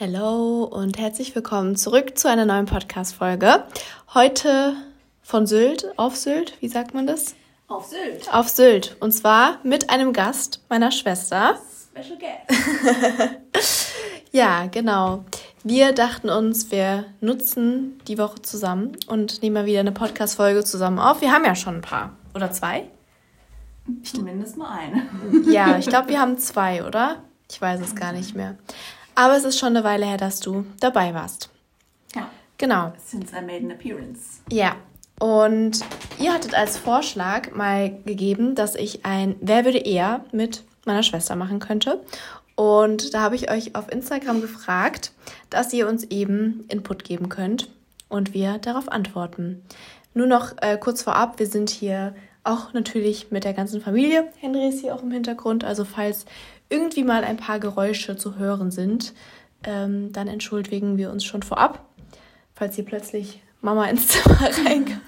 Hallo und herzlich willkommen zurück zu einer neuen Podcast-Folge. Heute von Sylt, auf Sylt, wie sagt man das? Auf Sylt. Auf Sylt. Und zwar mit einem Gast, meiner Schwester. Special Guest. Ja, genau. Wir dachten uns, wir nutzen die Woche zusammen und nehmen mal wieder eine Podcast-Folge zusammen auf. Wir haben ja schon ein paar. Oder zwei? Zumindest mal eine. Ja, ich glaube, wir haben zwei, oder? Ich weiß es gar nicht mehr. Aber es ist schon eine Weile her, dass du dabei warst. Ja. Genau. Since I made an appearance. Ja. Und ihr hattet als Vorschlag mal gegeben, dass ich ein Wer würde eher mit meiner Schwester machen könnte. Und da habe ich euch auf Instagram gefragt, dass ihr uns eben Input geben könnt und wir darauf antworten. Nur noch kurz vorab, wir sind hier auch natürlich mit der ganzen Familie. Henry ist hier auch im Hintergrund, also falls irgendwie mal ein paar Geräusche zu hören sind, dann entschuldigen wir uns schon vorab, falls hier plötzlich Mama ins Zimmer reinkommt.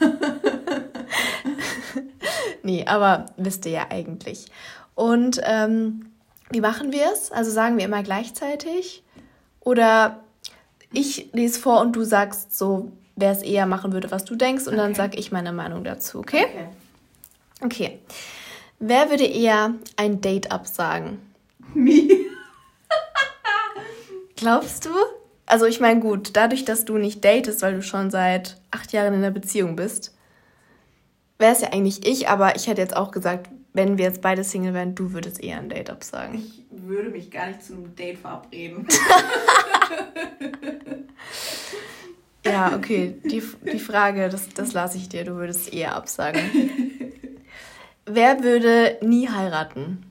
Nee, aber wisst ihr ja eigentlich. Und wie machen wir es? Also sagen wir immer gleichzeitig? Oder ich lese vor und du sagst so, wer es eher machen würde, was du denkst, und dann sage ich meine Meinung dazu, okay? Okay. Wer würde eher ein Date absagen? Me. Glaubst du? Also ich meine, gut, dadurch, dass du nicht datest, weil du schon seit 8 Jahren in einer Beziehung bist, wäre es ja eigentlich ich, aber ich hätte jetzt auch gesagt, wenn wir jetzt beide Single wären, du würdest eher ein Date absagen. Ich würde mich gar nicht zu einem Date verabreden. Ja, okay, die Frage, das lasse ich dir, du würdest eher absagen. Wer würde nie heiraten?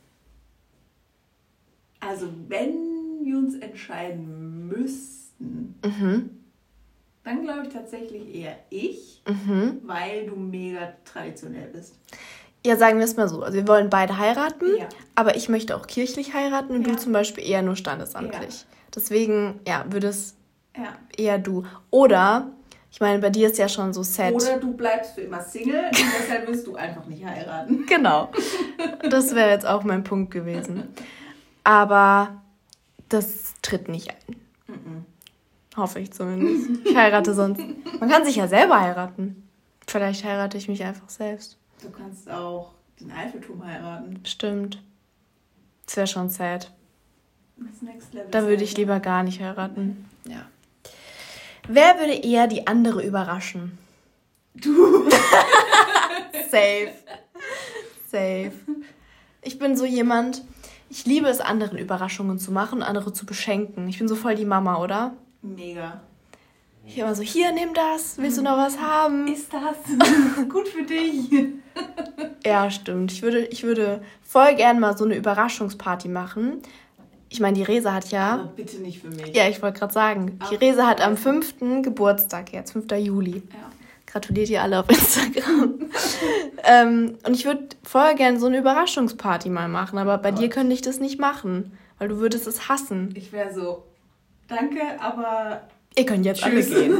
Also wenn wir uns entscheiden müssten, dann glaube ich tatsächlich eher ich, weil du mega traditionell bist. Ja, sagen wir es mal so. Also wir wollen beide heiraten, Ja. aber ich möchte auch kirchlich heiraten und Ja. du zum Beispiel eher nur standesamtlich. Ja. Deswegen, ja, würdest Ja. eher du. Oder, ich meine, bei dir ist ja schon so set. Oder du bleibst für immer Single und deshalb wirst du einfach nicht heiraten. Genau. Das wäre jetzt auch mein Punkt gewesen. Aber das tritt nicht ein. Hoffe ich zumindest. Ich heirate sonst. Man kann sich ja selber heiraten. Vielleicht heirate ich mich einfach selbst. Du kannst auch den Eiffelturm heiraten. Stimmt. Das wäre schon sad. Das Next Level. Da würde ich lieber gar nicht heiraten. Ja. Wer würde eher die andere überraschen? Du. Safe. Safe. Ich bin so jemand, ich liebe es, anderen Überraschungen zu machen und andere zu beschenken. Ich bin so voll die Mama, oder? Mega. Ich immer so, hier, nimm das. Willst du noch was haben? Ist das gut für dich? Ja, stimmt. Ich würde voll gern mal so eine Überraschungsparty machen. Ich meine, die Resa hat ja... Aber bitte nicht für mich. Ja, ich wollte gerade sagen, die Resa hat am 5. Geburtstag jetzt, 5. Juli. Ja. Gratuliert ihr alle auf Instagram. Und ich würde voll gern so eine Überraschungsparty mal machen, aber bei dir könnte ich das nicht machen, weil du würdest es hassen. Ich wäre so, danke, aber... Ihr könnt jetzt alle gehen.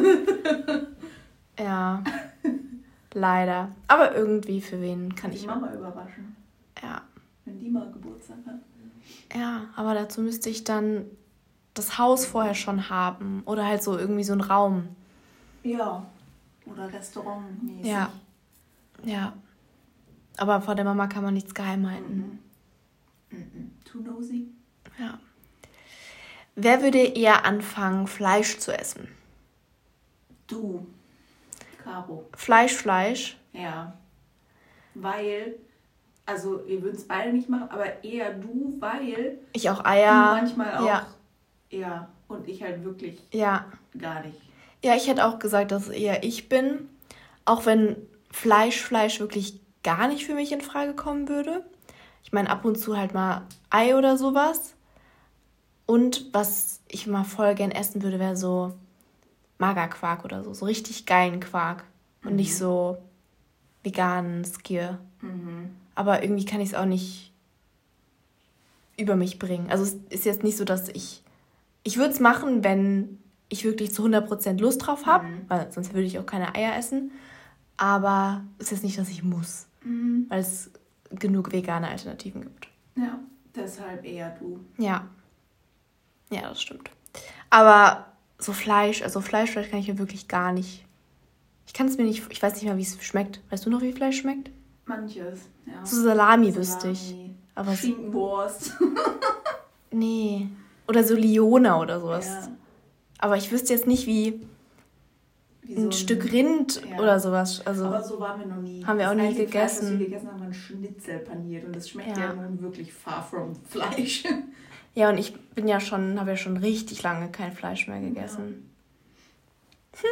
Ja, leider. Aber irgendwie, für wen kann ich... die Mama überraschen, Ja. wenn die mal Geburtstag hat. Ja, aber dazu müsste ich dann das Haus vorher schon haben oder halt so irgendwie so einen Raum. Ja, oder restaurantmäßig. Ja. Ja. Aber vor der Mama kann man nichts geheim halten. Too nosy. Ja. Wer würde eher anfangen, Fleisch zu essen? Du, Caro. Fleisch. Ja, weil, also wir würden es beide nicht machen, aber eher du, weil Ich auch du Eier. manchmal auch, Ja. ja, und ich halt wirklich Ja. gar nicht. Ja, ich hätte auch gesagt, dass es eher ich bin. Auch wenn Fleisch wirklich gar nicht für mich in Frage kommen würde. Ich meine, ab und zu halt mal Ei oder sowas. Und was ich mal voll gern essen würde, wäre so Magerquark oder so. So richtig geilen Quark. Und nicht so veganen Skier. Aber irgendwie kann ich es auch nicht über mich bringen. Also es ist jetzt nicht so, dass ich würde es machen, wenn ich wirklich zu 100% Lust drauf habe, weil sonst würde ich auch keine Eier essen. Aber es ist jetzt nicht, dass ich muss, weil es genug vegane Alternativen gibt. Ja, deshalb eher du. Ja. Ja, das stimmt. Aber so Fleisch kann ich ja wirklich gar nicht. Ich kann es mir nicht, ich weiß nicht mal, wie es schmeckt. Weißt du noch, wie Fleisch schmeckt? Manches, ja. So Salami wüsste ich. Aber Schinkenwurst. Nee. Oder so Liona oder sowas. Ja. Aber ich wüsste jetzt nicht, wie so ein Stück Rind oder sowas. Also, aber so waren wir noch nie. Haben wir auch nie gegessen. Fleisch, was wir gegessen haben, war ein Schnitzel paniert. Und das schmeckt ja nun wirklich far from Fleisch. Ja, und ich habe ja schon richtig lange kein Fleisch mehr gegessen. Ja.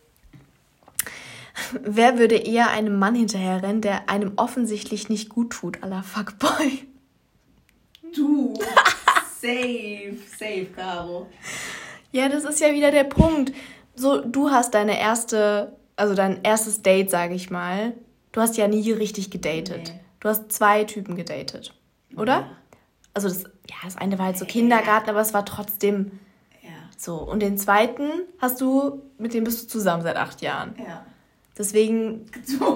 Wer würde eher einem Mann hinterherrennen, der einem offensichtlich nicht gut tut, à la Fuckboy? Du. Safe, Caro. Ja, das ist ja wieder der Punkt. So, du hast dein erstes Date, sage ich mal. Du hast ja nie richtig gedatet. Nee. Du hast 2 Typen gedatet, oder? Ja. Also das eine war halt so Kindergarten, aber es war trotzdem so. Und den zweiten mit dem bist du zusammen seit 8 Jahren. Ja. Deswegen...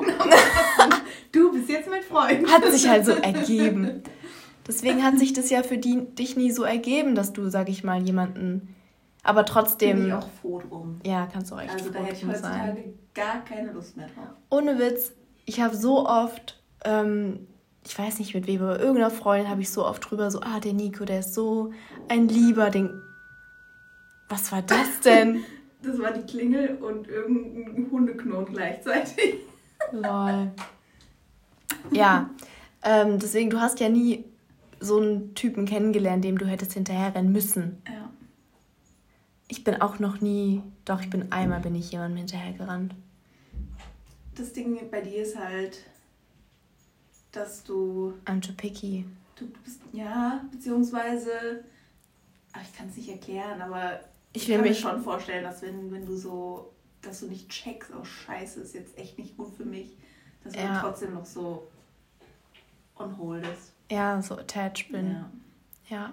Du bist jetzt mein Freund. Hat sich halt so ergeben. Deswegen hat sich das ja für dich nie so ergeben, dass du, sag ich mal, jemanden... Aber trotzdem... Bin ich auch froh drum. Ja, kannst du auch echt froh sein. Also da hätte ich heutzutage gar keine Lust mehr drauf. Ohne Witz, ich habe so oft... ich weiß nicht mit wem, aber irgendeiner Freundin habe ich so oft drüber so, der Nico, der ist so ein lieber Ding. Was war das denn? Das war die Klingel und irgendein Hundeknurren gleichzeitig. Lol. Ja, deswegen, du hast ja nie so einen Typen kennengelernt, dem du hättest hinterherrennen müssen. Ja. Ich bin auch noch nie, einmal bin ich jemandem hinterhergerannt. Das Ding bei dir ist halt, dass du... I'm too picky. Du bist, beziehungsweise... Ach, ich kann es nicht erklären, aber ich kann mir schon vorstellen, dass wenn du so... Dass du nicht checkst, oh scheiße, ist jetzt echt nicht gut für mich, dass du trotzdem noch so on hold ist. Ja, so attached bin. Ja.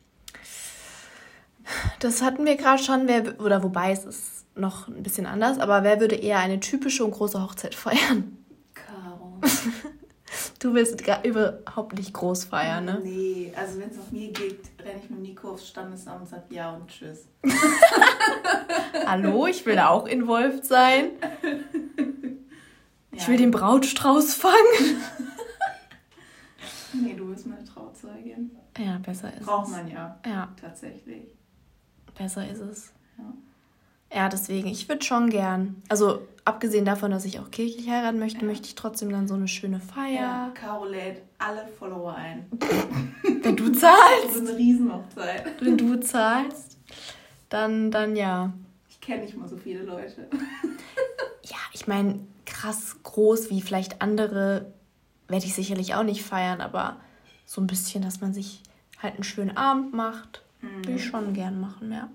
Das hatten wir gerade schon, wobei es ist noch ein bisschen anders, aber wer würde eher eine typische und große Hochzeit feiern? Caro. Du willst überhaupt nicht groß feiern, ne? Nee, also wenn es nach mir geht, renne ich mit Nico aufs Standesamt und sage ja und tschüss. Hallo, ich will da auch involviert sein. Ich will den Brautstrauß fangen. Nee, du bist meine Trauzeugin. Ja, besser ist es. Braucht man ja. Ja. Tatsächlich. Besser ist es. Ja, deswegen, ich würde schon gern. Also, abgesehen davon, dass ich auch kirchlich heiraten möchte, möchte ich trotzdem dann so eine schöne Feier. Ja, Caro lädt alle Follower ein. Wenn du zahlst. So eine Riesenhochzeit. Wenn du zahlst, dann ja. Ich kenne nicht mal so viele Leute. Ja, ich meine, krass groß wie vielleicht andere werde ich sicherlich auch nicht feiern, aber so ein bisschen, dass man sich halt einen schönen Abend macht, will ich schon gern machen, ja.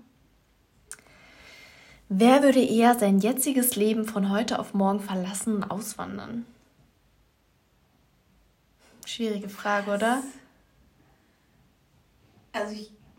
Wer würde eher sein jetziges Leben von heute auf morgen verlassen und auswandern? Schwierige Frage, oder? Also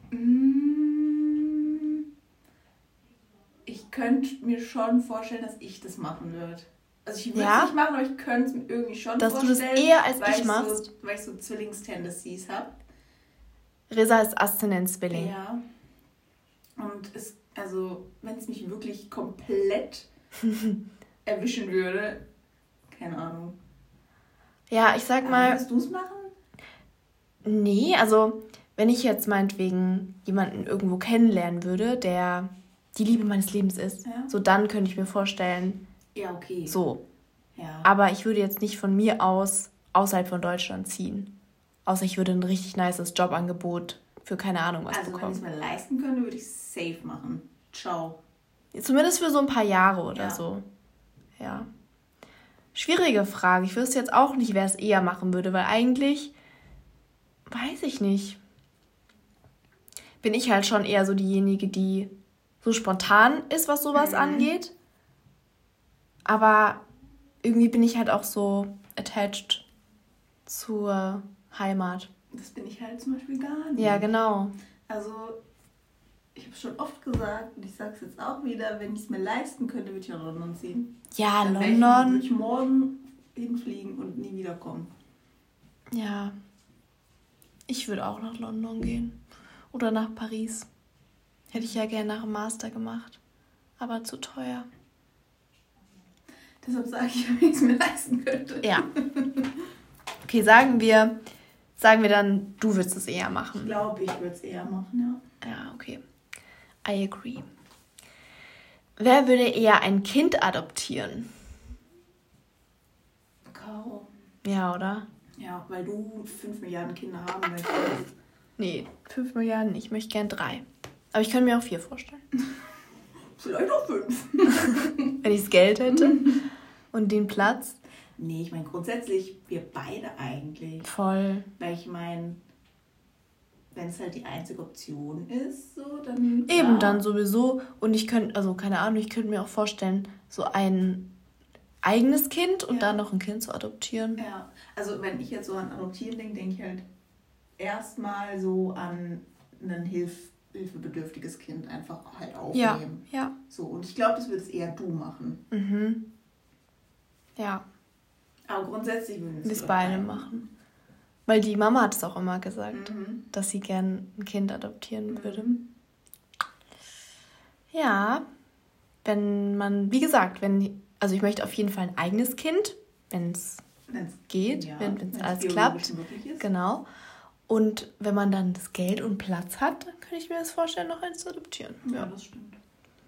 ich könnte mir schon vorstellen, dass ich das machen würde. Also ich würde es nicht machen, aber ich könnte es mir irgendwie schon vorstellen. Dass du das eher als ich machst? Weil ich so Zwillingstendencies habe. Reza ist Aszendent-Zwilling. Ja. Und wenn es mich wirklich komplett erwischen würde, keine Ahnung. Ja, ich sag mal... Würdest du es machen? Nee, also wenn ich jetzt meinetwegen jemanden irgendwo kennenlernen würde, der die Liebe meines Lebens ist, so dann könnte ich mir vorstellen... Ja, okay. So. Ja. Aber ich würde jetzt nicht von mir aus außerhalb von Deutschland ziehen. Außer ich würde ein richtig nices Jobangebot für keine Ahnung was bekommen. Also wenn ich es mir leisten könnte, würde ich es safe machen. Ciao. Zumindest für so ein paar Jahre oder so. Ja. Schwierige Frage. Ich wüsste jetzt auch nicht, wer es eher machen würde, weil eigentlich, weiß ich nicht, bin ich halt schon eher so diejenige, die so spontan ist, was sowas angeht. Aber irgendwie bin ich halt auch so attached zur Heimat. Das bin ich halt zum Beispiel gar nicht. Ja, genau. Also, ich habe es schon oft gesagt und ich sage es jetzt auch wieder, wenn ich es mir leisten könnte, würde ich nach London ziehen. Ja, dann London. Würde ich morgen hinfliegen und nie wiederkommen. Ja. Ich würde auch nach London gehen. Oder nach Paris. Hätte ich ja gerne nach dem Master gemacht. Aber zu teuer. Deshalb sage ich, wenn ich es mir leisten könnte. Ja. Okay, sagen wir dann, du würdest es eher machen. Ich glaube, ich würde es eher machen, ja. Ja, okay. I agree. Wer würde eher ein Kind adoptieren? Caro. Ja, oder? Ja, weil du 5 Milliarden Kinder haben möchtest. Nee, 5 Milliarden nicht. Ich möchte gern 3. Aber ich könnte mir auch 4 vorstellen. Vielleicht auch 5. Wenn ich das Geld hätte und den Platz. Nee, ich meine grundsätzlich wir beide eigentlich. Voll. Weil ich meine, wenn es halt die einzige Option ist, so, dann... Eben, dann sowieso. Und ich könnte, also keine Ahnung, ich könnte mir auch vorstellen, so ein eigenes Kind und dann noch ein Kind zu adoptieren. Ja, also wenn ich jetzt so an Adoptieren denke ich halt erstmal so an ein hilfebedürftiges Kind einfach halt aufnehmen. Ja. So, und ich glaube, das würdest eher du machen. Mhm. Ja. Aber grundsätzlich würden wir es beide machen. Weil die Mama hat es auch immer gesagt, dass sie gern ein Kind adoptieren würde. Ja, wenn man, wie gesagt, also ich möchte auf jeden Fall ein eigenes Kind, wenn es geht, wenn es alles klappt. Genau. Und wenn man dann das Geld und Platz hat, dann kann ich mir das vorstellen, noch eins zu adoptieren. Ja, das stimmt.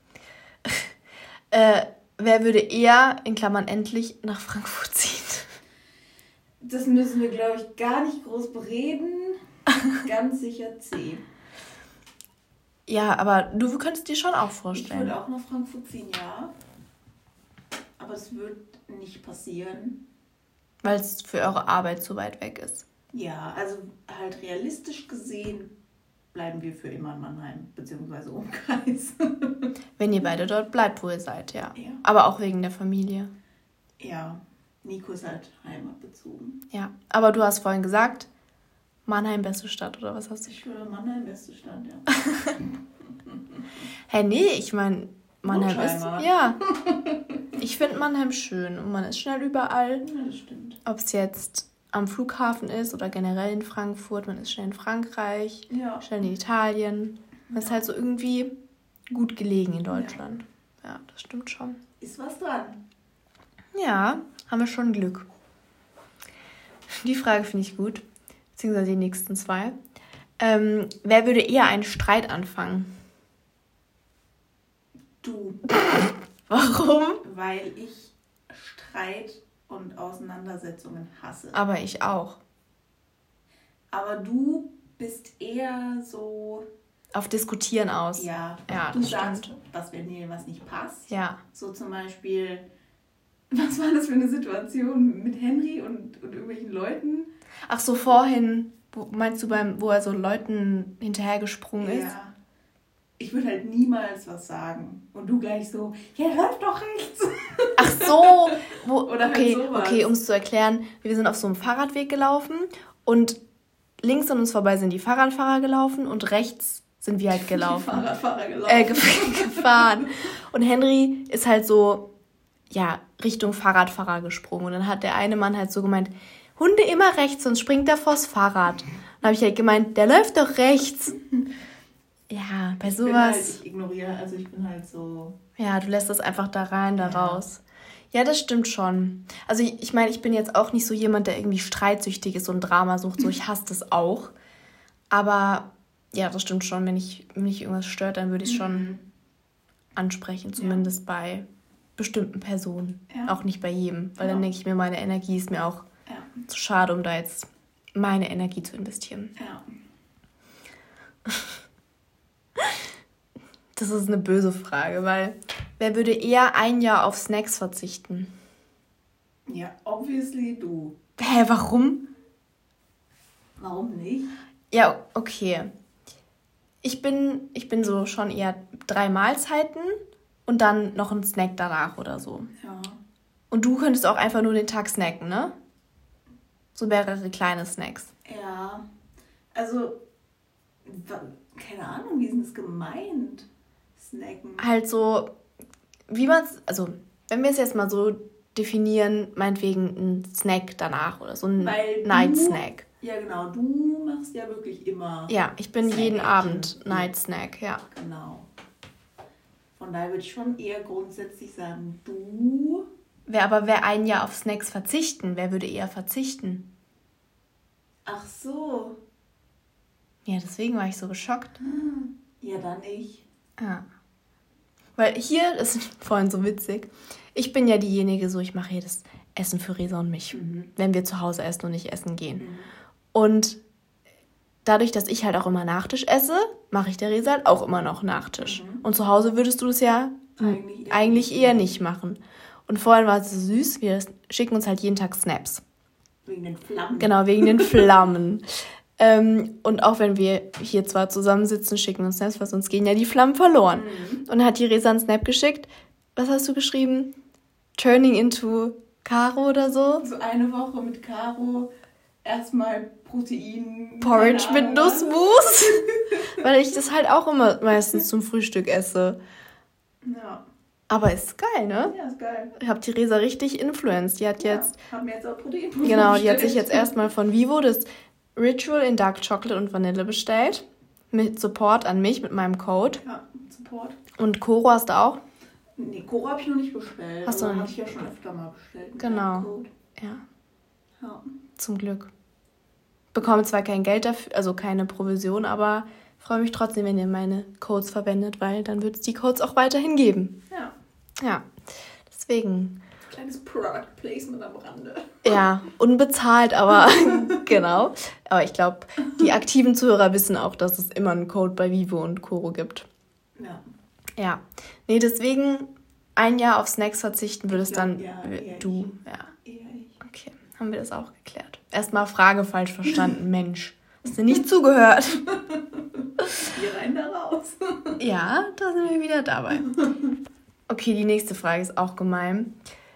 Wer würde eher, in Klammern endlich, nach Frankfurt ziehen? Das müssen wir, glaube ich, gar nicht groß bereden. Ganz sicher C. Ja, aber du könntest dir schon auch vorstellen. Ich würde auch nach Frankfurt ziehen, ja. Aber es wird nicht passieren. Weil es für eure Arbeit zu weit weg ist. Ja, also halt realistisch gesehen bleiben wir für immer in Mannheim, beziehungsweise Umkreis. Wenn ihr beide dort bleibt, wo ihr seid, ja. Aber auch wegen der Familie. Ja, Nico ist halt heimatbezogen. Ja, aber du hast vorhin gesagt, Mannheim beste Stadt, oder was hast du? Ich würde Mannheim beste Stadt, ja. Hey, nee, ich meine, Mannheim ist... Ja, ich finde Mannheim schön und man ist schnell überall. Ja, das stimmt. Ob es jetzt am Flughafen ist oder generell in Frankfurt, man ist schnell in Frankreich, schnell in Italien. Man ist halt so irgendwie gut gelegen in Deutschland. Ja, das stimmt schon. Ist was dran. Ja, haben wir schon Glück. Die Frage finde ich gut. Beziehungsweise die nächsten 2. Wer würde eher einen Streit anfangen? Du. Warum? Weil ich Streit und Auseinandersetzungen hasse. Aber ich auch. Aber du bist eher so... Auf Diskutieren aus. Ja, du sagst, stimmt. wenn dir was nicht passt. Ja. So zum Beispiel, was war das für eine Situation mit Henry und irgendwelchen Leuten? Ach so, vorhin, meinst du wo er so Leuten hinterhergesprungen ist? Ja. Ich würde halt niemals was sagen. Und du gleich so, ja, läuft doch rechts. Ach so. Oder okay, halt sowas. Okay, um es zu erklären, wir sind auf so einem Fahrradweg gelaufen und links an uns vorbei sind die Fahrradfahrer gelaufen und rechts sind wir halt gelaufen. Die Fahrradfahrer gelaufen. Gefahren. Und Henry ist halt so, ja, Richtung Fahrradfahrer gesprungen. Und dann hat der eine Mann halt so gemeint, Hunde immer rechts, sonst springt er vors Fahrrad. Dann habe ich halt gemeint, der läuft doch rechts. Ja, bei sowas... Ich ignoriere, also ich bin halt so... Ja, du lässt das einfach da rein, da raus. Ja, das stimmt schon. Also ich meine, ich bin jetzt auch nicht so jemand, der irgendwie streitsüchtig ist und Drama sucht. So, ich hasse das auch. Aber ja, das stimmt schon. Wenn mich irgendwas stört, dann würde ich es schon ansprechen. Zumindest bei bestimmten Personen. Ja. Auch nicht bei jedem. Weil dann denke ich mir, meine Energie ist mir auch zu schade, um da jetzt meine Energie zu investieren. Ja. Das ist eine böse Frage, weil wer würde eher ein Jahr auf Snacks verzichten? Ja, obviously du. Hä, warum? Warum nicht? Ja, okay. Ich bin so schon eher 3 Mahlzeiten und dann noch ein Snack danach oder so. Ja. Und du könntest auch einfach nur den Tag snacken, ne? So mehrere kleine Snacks. Ja, also, keine Ahnung, wie ist denn das gemeint? Snacken. Halt so, wie man es, also, wenn wir es jetzt mal so definieren, meinetwegen ein Snack danach oder so ein Night-Snack. Ja, genau. Du machst ja wirklich immer. Ja, ich bin jeden Abend Night Snack, ja. Genau. Von daher würde ich schon eher grundsätzlich sagen, du. Wer ein Jahr auf Snacks verzichten? Wer würde eher verzichten? Ach so. Ja, deswegen war ich so geschockt. Ja, dann ich. Ja. Weil hier, das ist vorhin so witzig, ich bin ja diejenige, ich mache hier das Essen für Resa und mich, wenn wir zu Hause essen und nicht essen gehen. Und dadurch, dass ich halt auch immer Nachtisch esse, mache ich der Resa halt auch immer noch Nachtisch. Und zu Hause würdest du das ja eigentlich eher nicht machen. Und vorhin war es so süß, wir schicken uns halt jeden Tag Snaps. Wegen den Flammen. Genau, wegen den Flammen. Und auch wenn wir hier zwar zusammensitzen, schicken uns Snaps, weil sonst gehen ja die Flammen verloren. Und dann hat die Resa einen Snap geschickt. Was hast du geschrieben? Turning into Caro oder so? So eine Woche mit Caro. Erstmal Protein. Porridge mit Nussmus. Weil ich das halt auch immer meistens zum Frühstück esse. Ja. Aber ist geil, ne? Ja, ist geil. Ich habe die Resa richtig influenced. Die hat jetzt... Haben wir jetzt auch Protein. Genau, die hat sich jetzt erstmal von Vivo das Ritual in Dark Chocolate und Vanille bestellt. Mit Support an mich, mit meinem Code. Ja, Support. Und Koro hast du auch? Nee, Koro habe ich noch nicht bestellt. Hast du noch nicht? Habe ich ja schon öfter mal bestellt. Genau. Ja. Ja. Zum Glück. Bekomme zwar kein Geld dafür, also keine Provision, aber freue mich trotzdem, wenn ihr meine Codes verwendet, weil dann wird es die Codes auch weiterhin geben. Ja. Ja. Deswegen. Kleines Product Placement am Rande. Ja, unbezahlt, aber genau. Aber ich glaube, die aktiven Zuhörer wissen auch, dass es immer einen Code bei Vivo und Koro gibt. Ja. Ja. Nee, deswegen ein Jahr auf Snacks verzichten würdest dann du. Ich. Ja. Eher ich. Okay, haben wir das auch geklärt. Erstmal Frage falsch verstanden, Mensch. Hast du nicht zugehört? Hier rein, da raus. Ja, da sind wir wieder dabei. Okay, die nächste Frage ist auch gemein.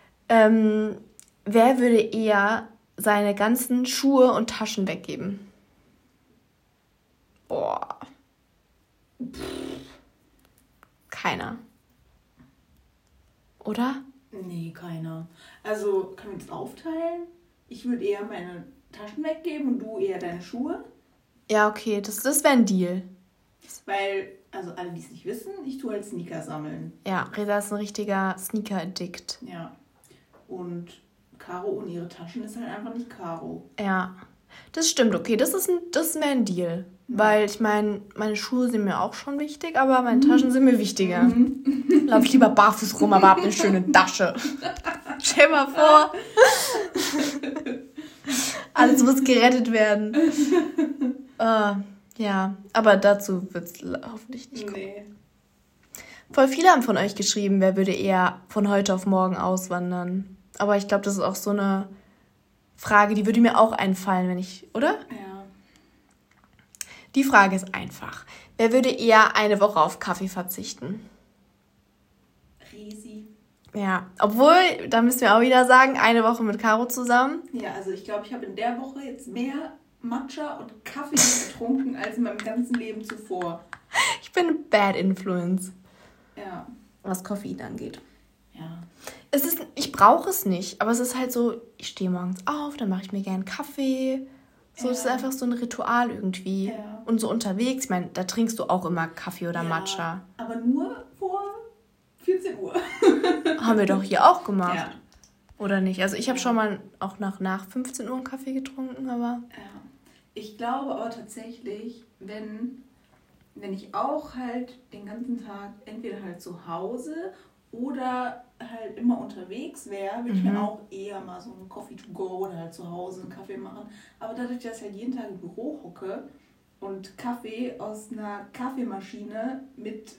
Wer würde eher seine ganzen Schuhe und Taschen weggeben? Boah. Keiner. Oder? Nee, keiner. Also, können wir das aufteilen? Ich würde eher meine Taschen weggeben und du eher deine Schuhe. Ja, okay, das wäre ein Deal. Weil, also alle, die es nicht wissen, ich tue halt Sneaker sammeln. Ja, Resa ist ein richtiger Sneaker-Addict. Ja. Und Caro ohne ihre Taschen ist halt einfach nicht Caro. Ja, das stimmt, okay, das wäre ein Deal. Weil ich meine Schuhe sind mir auch schon wichtig, aber meine Taschen sind mir wichtiger. Laufe ich lieber barfuß rum, aber habe eine schöne Tasche. Stell mal vor. Alles muss gerettet werden. Ja, aber dazu wird es hoffentlich nicht kommen. Nee. Voll viele haben von euch geschrieben, wer würde eher von heute auf morgen auswandern. Aber ich glaube, das ist auch so eine Frage, die würde mir auch einfallen, wenn ich, oder? Ja. Die Frage ist einfach. Wer würde eher eine Woche auf Kaffee verzichten? Resi. Ja, obwohl, da müssen wir auch wieder sagen, eine Woche mit Caro zusammen. Ja, also ich glaube, ich habe in der Woche jetzt mehr Matcha und Kaffee getrunken als in meinem ganzen Leben zuvor. Ich bin eine Bad Influence. Ja. Was Koffein angeht. Ja. Ich brauche es nicht, aber es ist halt so, ich stehe morgens auf, dann mache ich mir gerne Kaffee. So, das ist einfach so ein Ritual irgendwie. Ja. Und so unterwegs, ich meine, da trinkst du auch immer Kaffee oder Matcha. Aber nur vor 14 Uhr. Haben wir doch hier auch gemacht. Ja. Oder nicht? Also ich habe schon mal auch nach 15 Uhr einen Kaffee getrunken, aber... Ja. Ich glaube aber tatsächlich, wenn ich auch halt den ganzen Tag entweder halt zu Hause oder halt immer unterwegs wäre, würde ich mir auch eher mal so einen Coffee to go oder halt zu Hause einen Kaffee machen. Aber dadurch, dass ich halt jeden Tag im Büro hocke und Kaffee aus einer Kaffeemaschine mit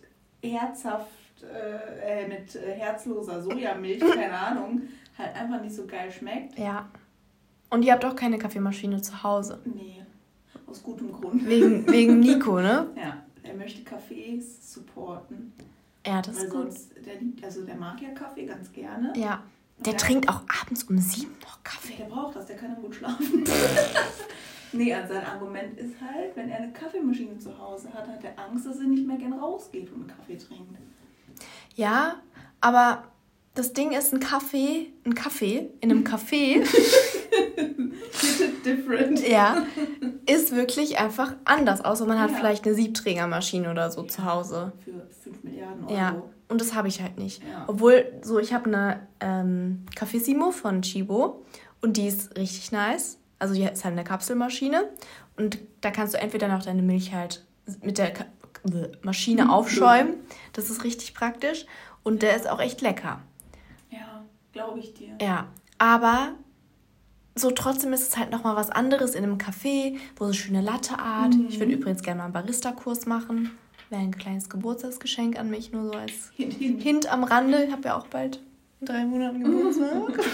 herzloser Sojamilch, keine Ahnung, halt einfach nicht so geil schmeckt. Ja. Und ihr habt auch keine Kaffeemaschine zu Hause? Nee, aus gutem Grund. Wegen Nico, ne? Ja, er möchte Kaffees supporten. Ja, das ist gut. Der mag ja Kaffee ganz gerne. Ja. Der trinkt auch abends um 7 noch Kaffee. Der braucht das, der kann ja gut schlafen. Nee, also sein Argument ist halt, wenn er eine Kaffeemaschine zu Hause hat, hat er Angst, dass er nicht mehr gern rausgeht und einen Kaffee trinkt. Ja, aber das Ding ist, ein Kaffee in einem Café. Different. Ja, ist wirklich einfach anders. Außer man hat vielleicht eine Siebträgermaschine oder so zu Hause. Für 5 Milliarden Euro. Ja, und das habe ich halt nicht. Ja. Obwohl, so ich habe eine Cafissimo von Chibo und die ist richtig nice. Also die ist halt eine Kapselmaschine und da kannst du entweder noch deine Milch halt mit der Maschine aufschäumen. Das ist richtig praktisch und der ist auch echt lecker. Ja, glaube ich dir. Ja, aber so trotzdem ist es halt nochmal was anderes in einem Café, wo so schöne Latte-Art. Ich würde übrigens gerne mal einen Barista-Kurs machen. Wäre ein kleines Geburtstagsgeschenk an mich, nur so als Hint am Rande. Ich habe ja auch bald in 3 Monaten Geburtstag.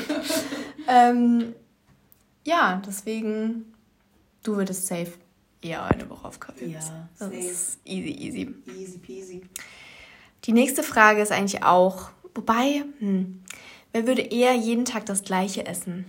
Ja, deswegen, du würdest safe eher eine Woche auf Kaffee essen. Ja, das safe. Ist easy. Easy peasy. Die nächste Frage ist eigentlich auch, wobei, wer würde eher jeden Tag das Gleiche essen?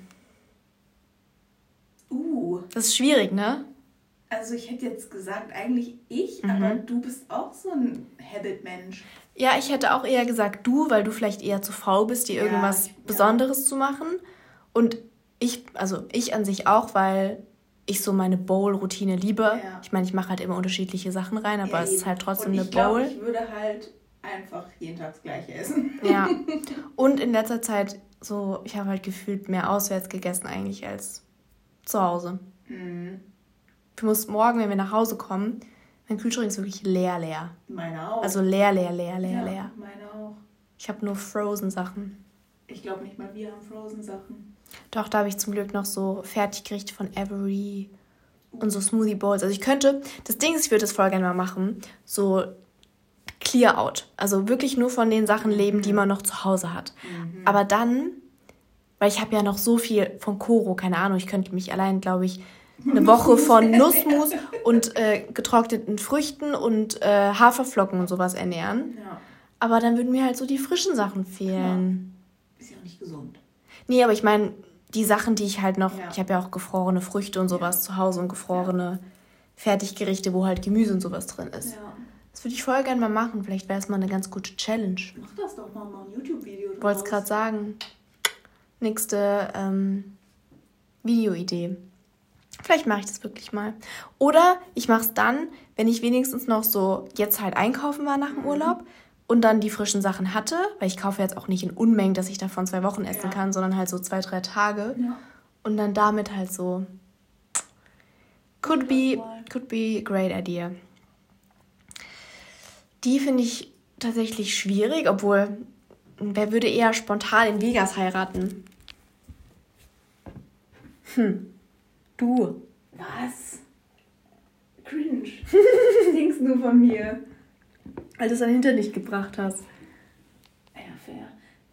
Das ist schwierig, ne? Also ich hätte jetzt gesagt, eigentlich ich, aber du bist auch so ein Habit-Mensch. Ja, ich hätte auch eher gesagt du, weil du vielleicht eher zu faul bist, dir irgendwas Besonderes zu machen. Und ich an sich auch, weil ich so meine Bowl-Routine liebe. Ja. Ich meine, ich mache halt immer unterschiedliche Sachen rein, aber es ist halt trotzdem eine Bowl. Ich würde halt einfach jeden Tag das Gleiche essen. Ja. Und in letzter Zeit so, ich habe halt gefühlt mehr auswärts gegessen eigentlich als zu Hause. Ich muss morgen, wenn wir nach Hause kommen, mein Kühlschrank ist wirklich leer. Meine auch. Also leer. Ja, meine auch. Ich habe nur Frozen-Sachen. Ich glaube nicht mal, wir haben Frozen-Sachen. Doch, da habe ich zum Glück noch so Fertiggerichte von Avery und so Smoothie Bowls. Also das Ding ist, ich würde das voll gerne mal machen, so Clear Out. Also wirklich nur von den Sachen leben, die man noch zu Hause hat. Aber dann, weil ich habe ja noch so viel von Koro, keine Ahnung, ich könnte mich allein, glaube ich, eine Woche von Nussmus und getrockneten Früchten und Haferflocken und sowas ernähren. Ja. Aber dann würden mir halt so die frischen Sachen fehlen. Ja. Ist ja auch nicht gesund. Nee, aber ich meine, die Sachen, die ich halt noch... Ja. Ich habe ja auch gefrorene Früchte und sowas zu Hause und gefrorene Fertiggerichte, wo halt Gemüse und sowas drin ist. Ja. Das würde ich voll gerne mal machen. Vielleicht wäre es mal eine ganz gute Challenge. Mach das doch mal ein YouTube-Video draus. Wollte es gerade sagen. Nächste Videoidee. Vielleicht mache ich das wirklich mal. Oder ich mache es dann, wenn ich wenigstens noch so jetzt halt einkaufen war nach dem Urlaub und dann die frischen Sachen hatte, weil ich kaufe jetzt auch nicht in Unmengen, dass ich davon 2 Wochen essen kann, sondern halt so 2-3 Tage. Ja. Und dann damit halt so could be a great idea. Die finde ich tatsächlich schwierig, obwohl wer würde eher spontan in Vegas heiraten? Du. Was? Cringe. Was denkst du von mir? Weil du es dann hinter dich gebracht hast. Ja, fair.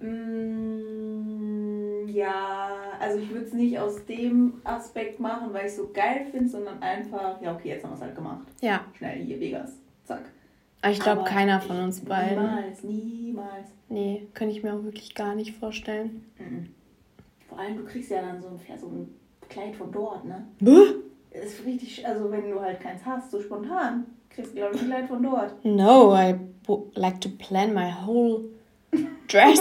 Ja, also ich würde es nicht aus dem Aspekt machen, weil ich es so geil finde, sondern einfach, ja okay, jetzt haben wir es halt gemacht. Ja. Schnell hier, Vegas. Zack. Aber ich glaube, keiner von uns beiden. Niemals. Nee, kann ich mir auch wirklich gar nicht vorstellen. Vor allem, du kriegst ja dann so ein Kleid von dort, ne? Ist richtig, also wenn du halt keins hast, so spontan, kriegst du, glaube ich, ein Kleid von dort. No, I like to plan my whole dress.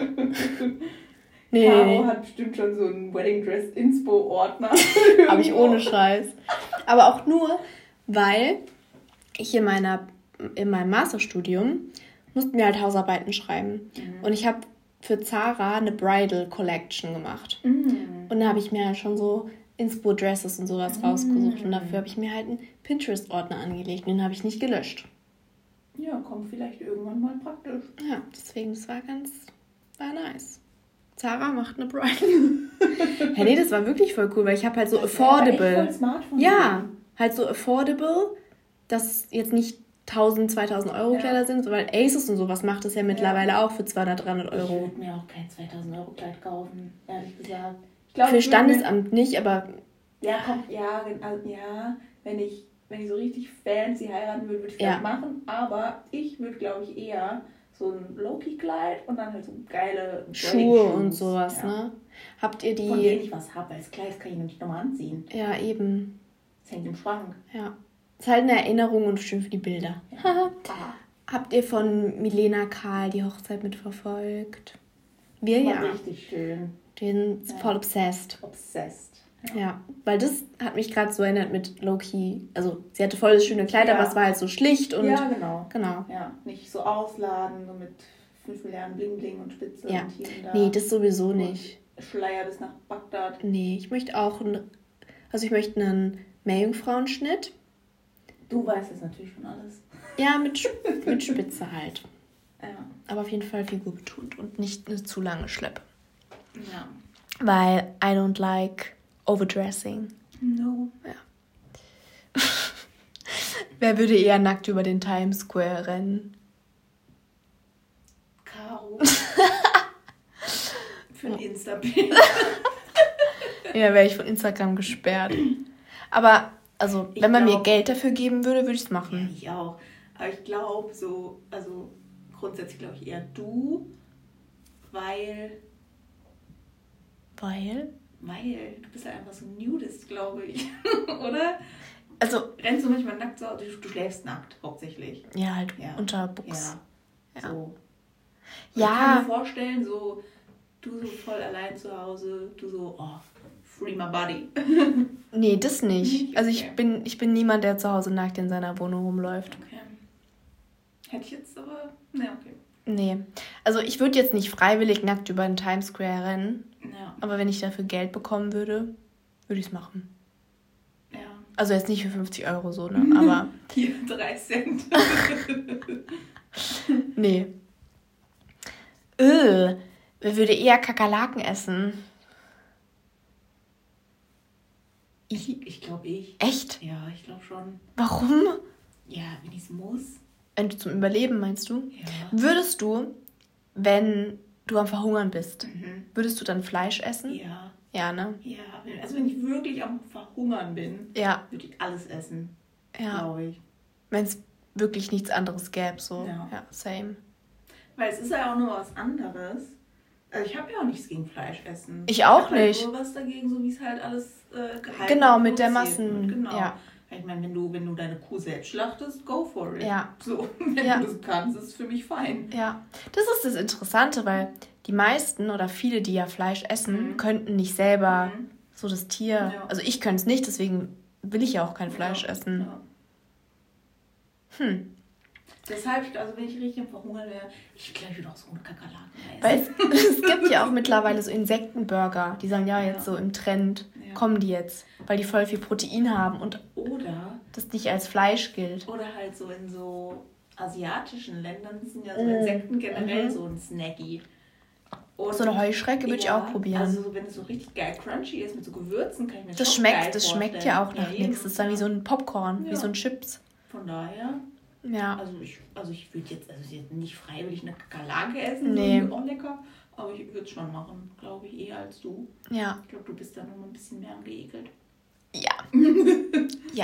Nee. Caro hat bestimmt schon so einen Wedding Dress Inspo-Ordner. Habe ich ohne Scheiß. Aber auch nur, weil ich in meinem Masterstudium mussten wir halt Hausarbeiten schreiben. Und ich habe für Zara eine Bridal Collection gemacht. Und da habe ich mir halt schon so Inspo-Dresses und sowas rausgesucht. Und dafür habe ich mir halt einen Pinterest-Ordner angelegt. Und den habe ich nicht gelöscht. Ja, kommt vielleicht irgendwann mal praktisch. Ja, deswegen, das war nice. Zara macht eine Bridal. Ja, nee, das war wirklich voll cool, weil ich habe halt so affordable. Echt voll smart von dir. Halt so affordable, dass jetzt nicht 1.000, 2.000 Euro Kleider sind, weil Asos und sowas macht das ja mittlerweile auch für 200, 300 Euro. Ich würde mir auch kein 2.000 Euro Kleid kaufen, ehrlich gesagt. Für Standesamt nicht, aber... Ja, wenn ich so richtig fancy heiraten würde ich es gerne machen, aber ich würde, glaube ich, eher so ein Low-Key-Kleid und dann halt so geile Schuhe und sowas, ne? Habt ihr die... Von denen ich was habe, weil das Kleid kann ich nicht nochmal anziehen. Ja, eben. Das hängt im Schrank. Ja. Ist halt eine Erinnerung und schön für die Bilder. Ja. Habt ihr von Milena Karl die Hochzeit mitverfolgt? Wir ja. Richtig schön. Den voll obsessed. Ja, weil das hat mich gerade so erinnert mit Low-Key. Also sie hatte voll das schöne Kleid, aber es war halt so schlicht und... Ja, genau. Ja, nicht so ausladen, so mit 5 Milliarden Bling-Bling und Spitze und hier und da. Nee, das sowieso nicht. Schleier bis nach Bagdad. Nee, ich möchte auch ich möchte einen Meerjungfrauenschnitt. Du weißt es natürlich schon alles. Ja, mit Spitze halt. Ja. Aber auf jeden Fall figurbetont und nicht eine zu lange Schleppe. Ja. Weil I don't like overdressing. No. Ja. Wer würde eher nackt über den Times Square rennen? Caro. Für ein Insta-Bild. Ja, wäre ich von Instagram gesperrt. Aber, also, wenn man mir Geld dafür geben würde, würde ich es machen. Ja, ich auch. Aber ich glaube grundsätzlich glaube ich eher du, weil... Weil? Weil du bist ja einfach so Nudist, glaube ich. Oder? Also... Rennst du manchmal nackt so? Du schläfst nackt, hauptsächlich. Ja, halt unter Buchs. Ja. So. Ja. Ich kann mir vorstellen, so, du so voll allein zu Hause, du so, oh, free my body. Nee, das nicht. Also ich bin niemand, der zu Hause nackt in seiner Wohnung rumläuft. Okay. Hätte ich jetzt aber... Ne, okay. Nee. Also ich würde jetzt nicht freiwillig nackt über den Times Square rennen. Ja. Aber wenn ich dafür Geld bekommen würde, würde ich es machen. Ja. Also jetzt nicht für 50 Euro so, ne? Aber... Hier, 3 Cent. Nee. Wer würde eher Kakerlaken essen? Ich glaube ich. Echt? Ja, ich glaube schon. Warum? Ja, wenn ich es muss. Wenn du zum Überleben, meinst du? Ja. Würdest du, wenn du am Verhungern bist, würdest du dann Fleisch essen? Ja. Ja, ne? Ja, also wenn ich wirklich am Verhungern bin, würde ich alles essen. Ja. Glaube ich. Wenn es wirklich nichts anderes gäbe, so. Ja, same. Weil es ist ja auch nur was anderes. Also ich habe ja auch nichts gegen Fleisch essen. Ich auch halt nicht. Nur was dagegen, so wie es halt alles gehalten genau, mit der Massen. Genau. Ja. Ich meine, wenn du deine Kuh selbst schlachtest, go for it. Ja. So, wenn du das kannst, ist es für mich fein. Ja, das ist das Interessante, weil die meisten oder viele, die ja Fleisch essen, könnten nicht selber so das Tier... Ja. Also ich könnte es nicht, deswegen will ich ja auch kein Fleisch essen. Ja. Deshalb, also wenn ich richtig am Verhungern wäre, ich glaube, ich würde auch so eine Kakerlaken essen. Weil es gibt ja auch mittlerweile so Insektenburger, die sagen ja jetzt so im Trend, kommen die jetzt, weil die voll viel Protein haben und das nicht als Fleisch gilt. Oder halt so in so asiatischen Ländern sind ja so Insekten generell so ein Snacky. Und so eine Heuschrecke würde ich auch probieren. Also wenn es so richtig geil crunchy ist mit so Gewürzen, kann ich mir das schon schmeckt, geil das vorstellen. schmeckt ja auch nach nichts. Das ist dann wie so ein Popcorn, wie so ein Chips. Von daher... Ja. Also ich würde jetzt nicht freiwillig eine Kakerlake essen, nee. So auch lecker, aber ich würde es schon machen, glaube ich, eher als du. Ja. Ich glaube, du bist da noch mal ein bisschen mehr angeekelt. Ja. ja.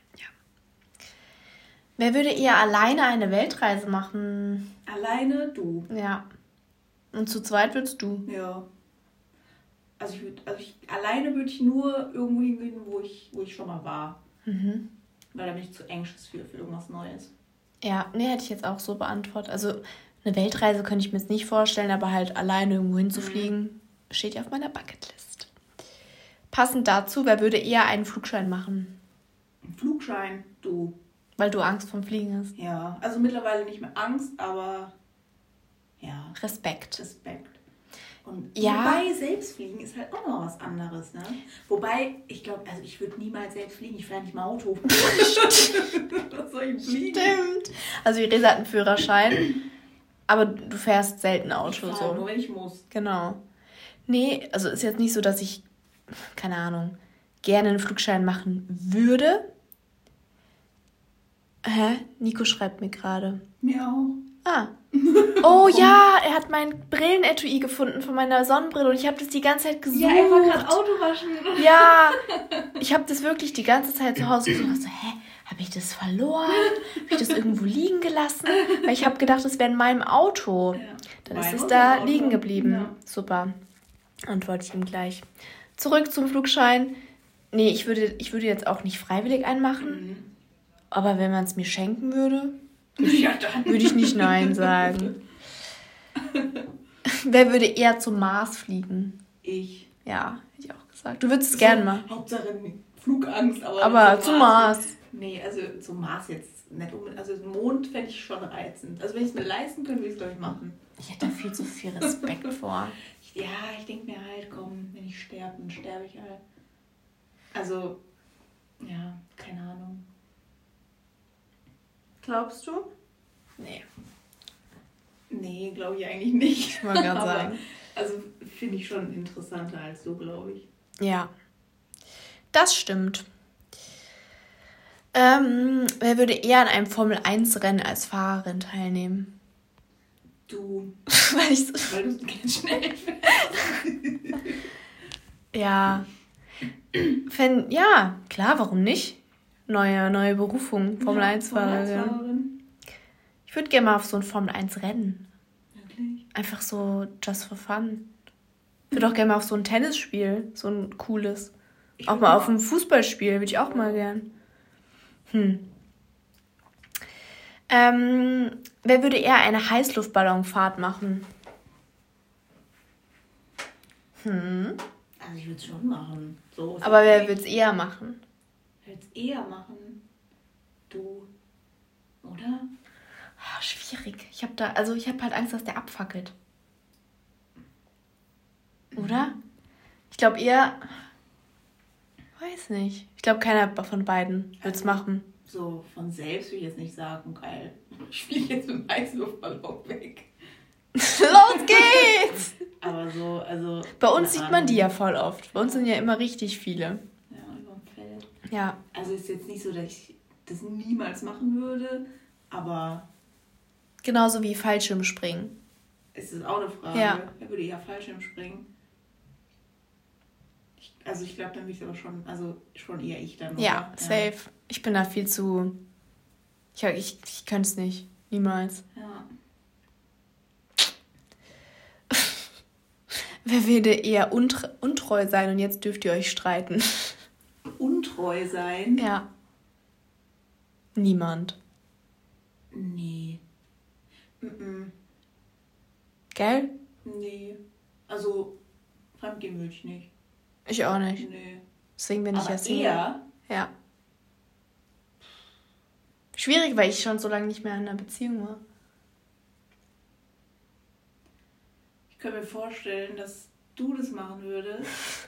Wer würde eher alleine eine Weltreise machen? Alleine? Du. Ja. Und zu zweit würdest du? Ja. Also alleine würde ich nur irgendwo hingehen, wo ich schon mal war. Weil da bin ich zu anxious für irgendwas Neues. Ja, nee, hätte ich jetzt auch so beantwortet. Also eine Weltreise könnte ich mir jetzt nicht vorstellen, aber halt alleine irgendwo hinzufliegen, steht ja auf meiner Bucketlist. Passend dazu, wer würde eher einen Flugschein machen? Ein Flugschein? Du. Weil du Angst vom Fliegen hast? Ja, also mittlerweile nicht mehr Angst, aber ja. Respekt. Und wobei Selbstfliegen ist halt auch noch was anderes, ne? Wobei, ich glaube, also ich würde niemals selbst fliegen, ich fahre nicht mal Auto. Was soll ich fliegen? Stimmt. Also die Resa hat einen Führerschein, aber du fährst selten Auto. Ich fahre nur, wenn ich muss. Genau. Nee, also ist jetzt nicht so, dass ich, keine Ahnung, gerne einen Flugschein machen würde. Nico schreibt mir gerade. Mir auch. Ah. Oh ja, er hat mein Brillenetui gefunden von meiner Sonnenbrille und ich habe das die ganze Zeit gesucht. Ja, er war gerade Auto waschen. Ja, ich habe das wirklich die ganze Zeit zu Hause gesucht. So, habe ich das verloren? Habe ich das irgendwo liegen gelassen? Weil ich habe gedacht, das wäre in meinem Auto. Ja. Dann ist es da liegen geblieben. Ja. Super. Antworte ich ihm gleich. Zurück zum Flugschein. Nee, ich würde jetzt auch nicht freiwillig einen machen. Aber wenn man es mir schenken würde... würde ich nicht Nein sagen. Wer würde eher zum Mars fliegen? Ich. Ja, hätte ich auch gesagt. gesagt. Du würdest es gerne machen. Hauptsache Flugangst, aber zum Mars. Nee, also zum Mars jetzt nicht unbedingt. Also Mond fände ich schon reizend. Also wenn ich es mir leisten könnte, würde ich es, glaube ich, machen. Ich hätte da viel zu viel Respekt vor. Ja, ich denke mir halt, komm, wenn ich sterbe, dann sterbe ich halt. Also, ja, keine Ahnung. Glaubst du? Nee. Nee, glaube ich eigentlich nicht. Ich wollte gerade sagen. Also finde ich schon interessanter als so, glaube ich. Ja, das stimmt. Wer würde eher an einem Formel-1-Rennen als Fahrerin teilnehmen? Du. Weil du ganz schnell fährst. Ja. Ja, klar, warum nicht? Neue Berufung, Formel-1-Fahrerin. Ich würde gerne mal auf so ein Formel-1-Rennen. Wirklich? Einfach so just for fun. Ich würde auch gerne mal auf so ein Tennisspiel, so ein cooles. Auch mal auf ein Fußballspiel, würde ich auch mal gern. Wer würde eher eine Heißluftballonfahrt machen? Also ich würde es schon machen. So, aber wer würde es eher machen? Wer würde es eher machen? Du. Oder? Oh, schwierig. Ich habe halt Angst, dass der abfackelt. Oder? Ich glaube eher... Weiß nicht. Ich glaube, keiner von beiden wird es machen. So von selbst will ich jetzt nicht sagen, geil, ich fliege jetzt mit dem Heißluftballon weg. Los geht's! Aber so, also... Bei uns sieht man die ja voll oft. Bei uns sind ja immer richtig viele. Ja, über dem Feld. Ja. Also ist jetzt nicht so, dass ich das niemals machen würde, aber... Genauso wie Fallschirmspringen. Es ist auch eine Frage. Ja. Wer würde eher Fallschirmspringen? Ich glaube, dann würde ich aber schon eher ich dann. Ja, oder? Safe. Ja. Ich bin da viel zu... Ich könnte es nicht. Niemals. Ja. Wer würde eher untreu sein? Und jetzt dürft ihr euch streiten. Untreu sein? Ja. Niemand. Nee. Gell? Nee. Also, fremdgehen würde ich nicht. Ich auch nicht. Nee. Deswegen bin ich ja Single. Eher? Ja. Schwierig, weil ich schon so lange nicht mehr in einer Beziehung war. Ich könnte mir vorstellen, dass du das machen würdest.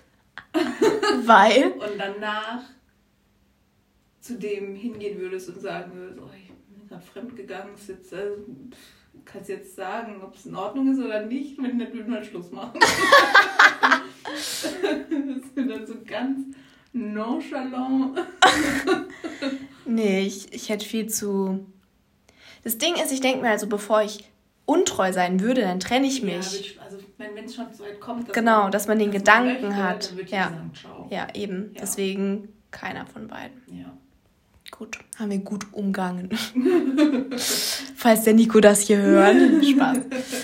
Weil? Und danach zu dem hingehen würdest und sagen würdest, oh, ich bin gerade fremdgegangen, kannst jetzt sagen, ob es in Ordnung ist oder nicht, wenn nicht, würden wir Schluss machen. Das wird dann so ganz nonchalant. Nee, ich hätte viel zu... Das Ding ist, ich denke mir also, bevor ich untreu sein würde, dann trenne ich mich. Ja, also wenn es schon so weit kommt, dass man den Gedanken möchte, hat. Dann würde ich sagen, ciao. Ja, eben. Ja. Deswegen keiner von beiden. Ja. Gut, haben wir gut umgangen. Falls der Nico das hier hört. Spaß.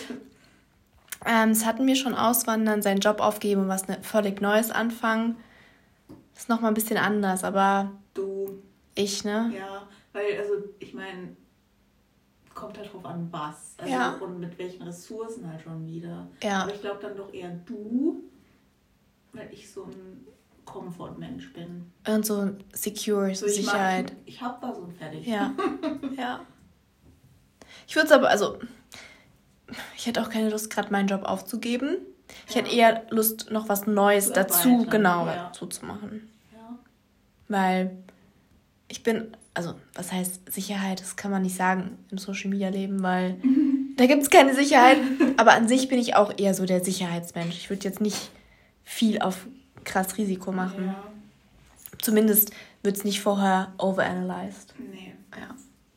Das hatten wir schon, auswandern, seinen Job aufgeben und was völlig Neues anfangen. Das ist nochmal ein bisschen anders, aber... Ich, ne? Ja, weil, also, ich meine, kommt halt drauf an, was. Also, ja. Und mit welchen Ressourcen halt schon wieder. Ja. Aber ich glaube dann doch eher du, weil ich so ein Comfort-Mensch bin. Und so secure, so Sicherheit. Ich hab da so ein Fertig. Ja. Ja. Ich würde es aber, also... Ich hätte auch keine Lust, gerade meinen Job aufzugeben. Ich hätte eher Lust, noch was Neues dazu zu machen. Ja. Weil ich bin, also was heißt Sicherheit, das kann man nicht sagen im Social-Media-Leben, weil da gibt es keine Sicherheit. Aber an sich bin ich auch eher so der Sicherheitsmensch. Ich würde jetzt nicht viel auf krass Risiko machen. Ja. Zumindest wird es nicht vorher overanalyzed. Nee. Ja.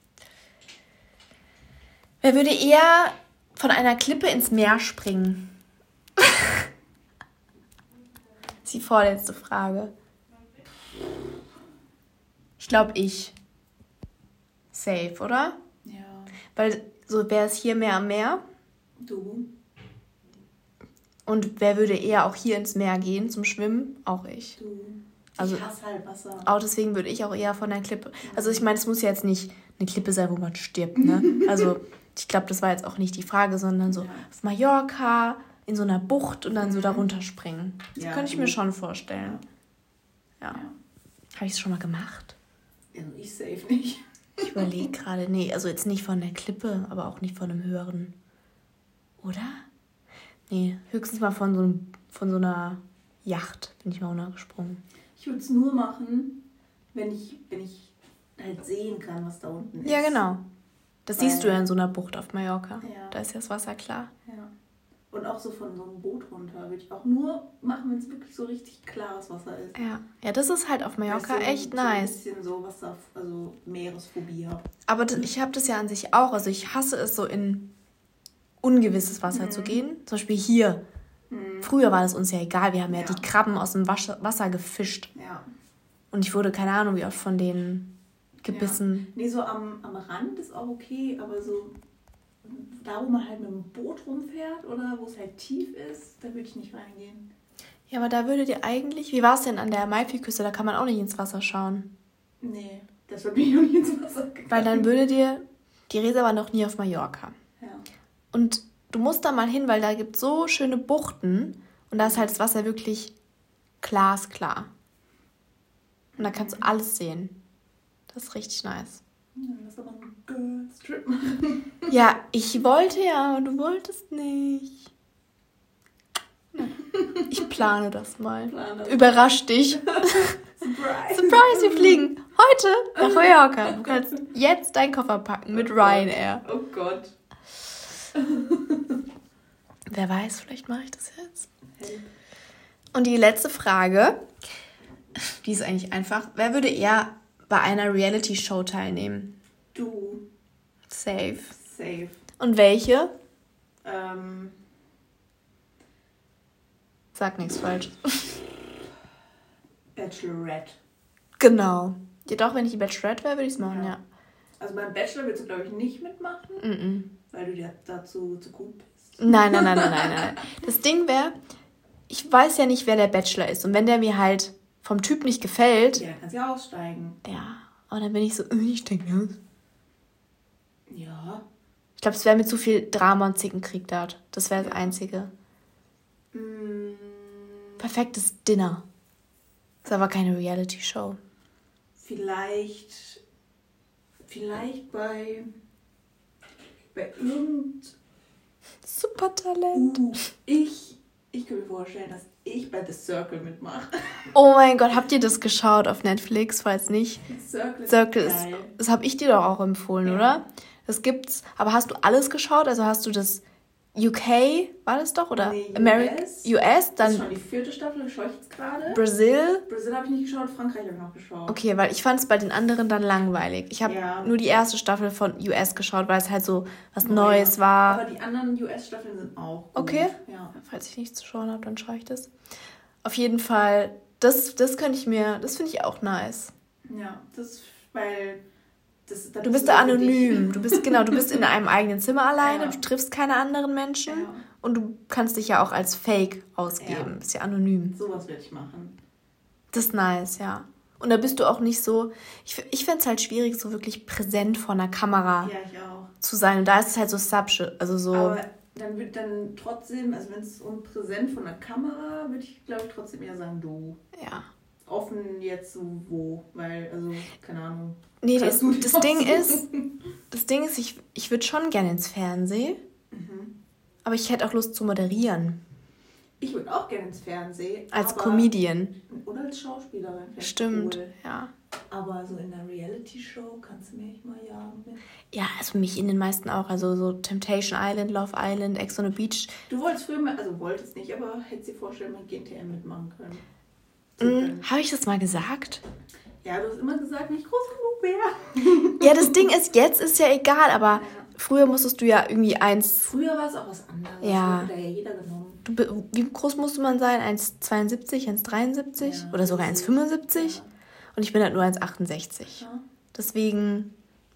Wer würde eher von einer Klippe ins Meer springen? Das ist die vorletzte Frage. Ich glaube ich. Safe, oder? Ja. Weil so wäre es hier mehr am Meer. Du. Und wer würde eher auch hier ins Meer gehen zum Schwimmen? Auch ich. Du. Also, ich hasse halt Wasser. Auch deswegen würde ich auch eher von der Klippe... Also ich meine, es muss ja jetzt nicht eine Klippe sein, wo man stirbt, ne? Also... Ich glaube, das war jetzt auch nicht die Frage, sondern so auf Mallorca, in so einer Bucht und dann so da runterspringen. Das könnte ich mir schon vorstellen. Ja. Habe ich es schon mal gemacht? Also ich safe nicht. Ich überlege gerade, nee, also jetzt nicht von der Klippe, aber auch nicht von einem höheren. Oder? Nee, höchstens mal von so einer Yacht bin ich mal runtergesprungen. Ich würde es nur machen, wenn ich halt sehen kann, was da unten ist. Ja, genau. Das siehst du ja in so einer Bucht auf Mallorca. Ja. Da ist ja das Wasser klar. Ja. Und auch so von so einem Boot runter würde ich auch nur machen, wenn es wirklich so richtig klares Wasser ist. Ja, das ist halt auf Mallorca echt nice. So ein bisschen so Wasser, also Meeresphobie habe. Aber ich habe das ja an sich auch. Also ich hasse es, so in ungewisses Wasser zu gehen. Zum Beispiel hier. Früher war das uns ja egal. Wir haben ja die Krabben aus dem Wasser gefischt. Ja. Und ich wurde, keine Ahnung, wie oft von denen gebissen. Ja. Nee, so am Rand ist auch okay, aber so da, wo man halt mit dem Boot rumfährt oder wo es halt tief ist, da würde ich nicht reingehen. Ja, aber da würdet ihr eigentlich... Wie war es denn an der Amalfiküste? Da kann man auch nicht ins Wasser schauen. Nee, das würde mich auch nicht ins Wasser gegangen. Weil dann würdet ihr... Die Resa war noch nie auf Mallorca. Ja. Und du musst da mal hin, weil da gibt es so schöne Buchten und da ist halt das Wasser wirklich glasklar. Und da kannst du alles sehen. Das ist richtig nice. Ja, lass aber einen Girls-Trip machen. Ja, ich wollte ja, und du wolltest nicht. Ich plane das mal. Überrasch dich. Surprise. Surprise, wir fliegen heute nach Mallorca. Du kannst jetzt deinen Koffer packen mit Ryanair. Oh Gott. Wer weiß, vielleicht mache ich das jetzt. Und die letzte Frage, die ist eigentlich einfach. Wer würde eher bei einer Reality-Show teilnehmen? Du. Safe. Safe. Und welche? Sag nichts falsch. Bachelorette. Genau. Ja, doch, wenn ich die Bachelorette wäre, würde ich es machen, ja. Also beim Bachelor willst du, glaube ich, nicht mitmachen, weil du dir dazu zu gut bist. Nein. Das Ding wäre, ich weiß ja nicht, wer der Bachelor ist. Und wenn der mir halt vom Typ nicht gefällt... Ja, dann kannst du ja aussteigen. Ja, aber dann bin ich so, ich steige aus. Ja. Ich glaube, es wäre mir zu viel Drama und Zickenkrieg dort. Das wäre das Einzige. Perfektes Dinner. Ist aber keine Reality-Show. Vielleicht bei irgend... Supertalent. Ich kann mir vorstellen, dass ich bei The Circle mitmache. Oh mein Gott, habt ihr das geschaut auf Netflix? Falls nicht. Circle ist geil. Das habe ich dir doch auch empfohlen, oder? Das gibt's. Aber hast du alles geschaut? Also hast du das UK, war das doch? Oder nee, US? Dann das ist schon die 4. Staffel, schaue ich jetzt gerade. Brazil habe ich nicht geschaut, Frankreich habe ich noch geschaut. Okay, weil ich fand es bei den anderen dann langweilig. Ich habe nur die erste Staffel von US geschaut, weil es halt so was Neues war. Aber die anderen US-Staffeln sind auch gut. Okay, ja. Falls ich nichts zu schauen habe, dann schaue ich das. Auf jeden Fall, das finde ich auch nice. Ja, weil... Du bist da anonym. Du bist in einem eigenen Zimmer alleine, du triffst keine anderen Menschen und du kannst dich ja auch als Fake ausgeben. Du bist ja anonym. Sowas würde ich machen. Das ist nice, ja. Und da bist du auch nicht so... Ich fände es halt schwierig, so wirklich präsent vor einer Kamera zu sein. Und da ist es halt so also so... Aber dann wird dann trotzdem, also wenn es präsent vor einer Kamera, würde ich, glaube ich, trotzdem eher sagen, du. Ja. Offen jetzt wo, weil, also, keine Ahnung. Nee, das Ding ist, ich würde schon gerne ins Fernsehen, aber ich hätte auch Lust zu moderieren. Ich würde auch gerne ins Fernsehen. Als Comedian. Oder als Schauspielerin. Stimmt, cool. Ja. Aber so in einer Reality-Show kannst du mich mal mit. Ja, also mich in den meisten auch. Also so Temptation Island, Love Island, Ex on the Beach. Du wolltest früher mal, also wolltest nicht, aber hättest dir vorstellen, mal GNTM mitmachen können. Habe ich das mal gesagt? Ja, du hast immer gesagt, nicht groß genug wäre. Ja, das Ding ist, jetzt ist ja egal, aber früher musstest du ja irgendwie Früher war es auch was anderes. Ja. Das hat ja jeder genommen. Wie groß musste man sein? 1,72, 1,73 oder sogar 1,75? Ja. Und ich bin halt nur 1,68. Ja. Deswegen,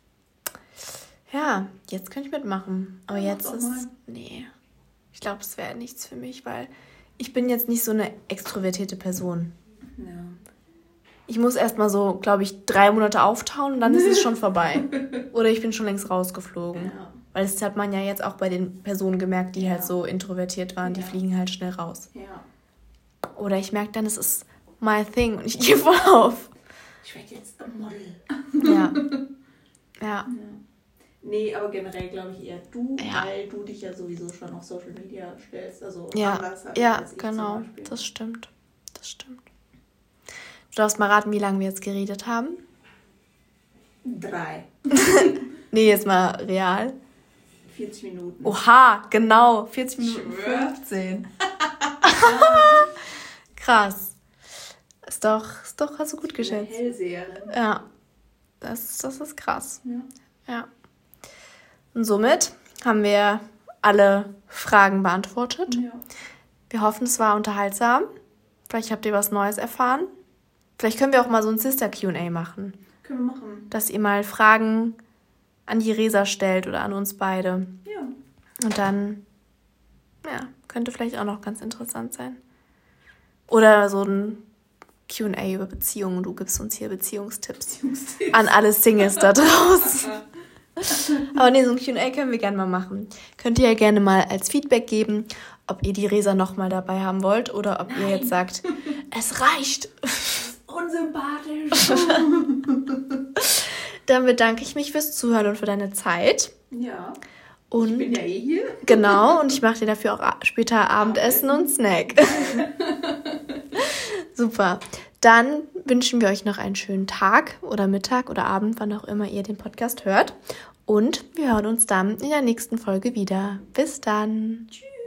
ja, jetzt könnte ich mitmachen. Aber jetzt ist, nee, ich glaube, es wäre nichts für mich, weil ich bin jetzt nicht so eine extrovertierte Person. Ja. Ich muss erstmal so, glaube ich, 3 Monate auftauen und dann ist es schon vorbei. Oder ich bin schon längst rausgeflogen. Ja. Weil das hat man ja jetzt auch bei den Personen gemerkt, die halt so introvertiert waren. Die fliegen halt schnell raus. Ja. Oder ich merke dann, es ist my thing und ich gehe voll auf. Ich werde jetzt ein Model. Ja. Nee, aber generell glaube ich eher du, weil du dich ja sowieso schon auf Social Media stellst. Also anders halt als ich genau. Zum Beispiel. Das stimmt. Du darfst mal raten, wie lange wir jetzt geredet haben. 3. Nee, jetzt mal real. 40 Minuten. Oha, genau. 40 Minuten 15. Krass. Ist doch, hast du gut geschätzt. Eine Hellseherin. Ja. Das ist krass. Ja. Und somit haben wir alle Fragen beantwortet. Ja. Wir hoffen, es war unterhaltsam. Vielleicht habt ihr was Neues erfahren. Vielleicht können wir auch mal so ein Sister-Q&A machen. Können wir machen. Dass ihr mal Fragen an die Resa stellt oder an uns beide. Ja. Und dann, könnte vielleicht auch noch ganz interessant sein. Oder so ein Q&A über Beziehungen. Du gibst uns hier Beziehungstipps. An alle Singles da draußen. Aber nee, so ein Q&A können wir gerne mal machen. Könnt ihr ja gerne mal als Feedback geben, ob ihr die Resa nochmal dabei haben wollt oder ob ihr jetzt sagt, es reicht. Unsympathisch. Dann bedanke ich mich fürs Zuhören und für deine Zeit. Ja. Und ich bin ja hier. Genau, und ich mache dir dafür auch später Abendessen und Snack. Super. Dann wünschen wir euch noch einen schönen Tag oder Mittag oder Abend, wann auch immer ihr den Podcast hört. Und wir hören uns dann in der nächsten Folge wieder. Bis dann. Tschüss.